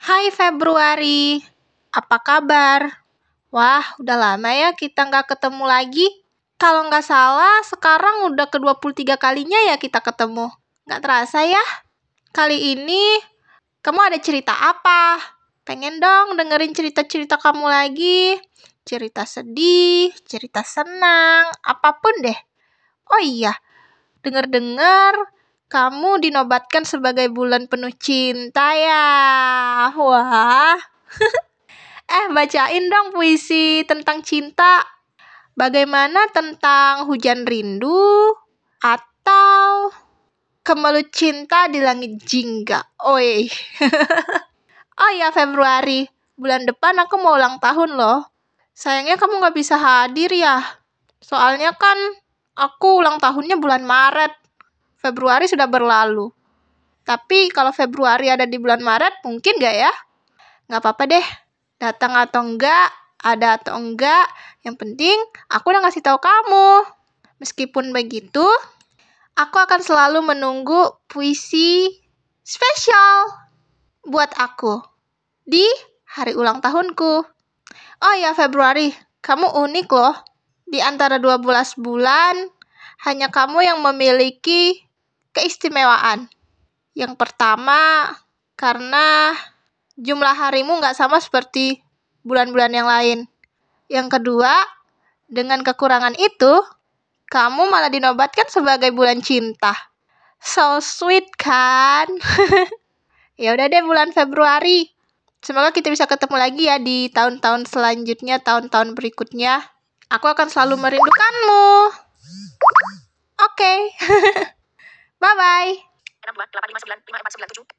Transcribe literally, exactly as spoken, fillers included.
Hai Februari, apa kabar? Wah, udah lama ya kita nggak ketemu lagi. Kalau nggak salah, sekarang udah ke dua puluh tiga kalinya ya kita ketemu. Nggak terasa ya? Kali ini, kamu ada cerita apa? Pengen dong dengerin cerita-cerita kamu lagi. Cerita sedih, cerita senang, apapun deh. Oh iya, denger-dengar kamu dinobatkan sebagai bulan penuh cinta ya. Wah. Eh, bacain dong puisi tentang cinta. Bagaimana tentang hujan rindu atau kemelut cinta di langit jingga? Oi. Oh ya, Februari. Bulan depan aku mau ulang tahun loh. Sayangnya kamu nggak bisa hadir ya. Soalnya kan aku ulang tahunnya bulan Maret. Februari sudah berlalu. Tapi kalau Februari ada di bulan Maret, mungkin nggak ya? Nggak apa-apa deh. Datang atau enggak, ada atau enggak, yang penting aku udah ngasih tahu kamu. Meskipun begitu, aku akan selalu menunggu puisi spesial buat aku di hari ulang tahunku. Oh ya Februari, kamu unik loh. Di antara dua belas bulan, hanya kamu yang memiliki keistimewaan. Yang pertama, karena jumlah harimu nggak sama seperti bulan-bulan yang lain. Yang kedua, dengan kekurangan itu, kamu malah dinobatkan sebagai bulan cinta. So sweet kan? Ya udah deh bulan Februari. Semoga kita bisa ketemu lagi ya di tahun-tahun selanjutnya, tahun-tahun berikutnya. Aku akan selalu merindukanmu. Oke. Okay. Bye-bye.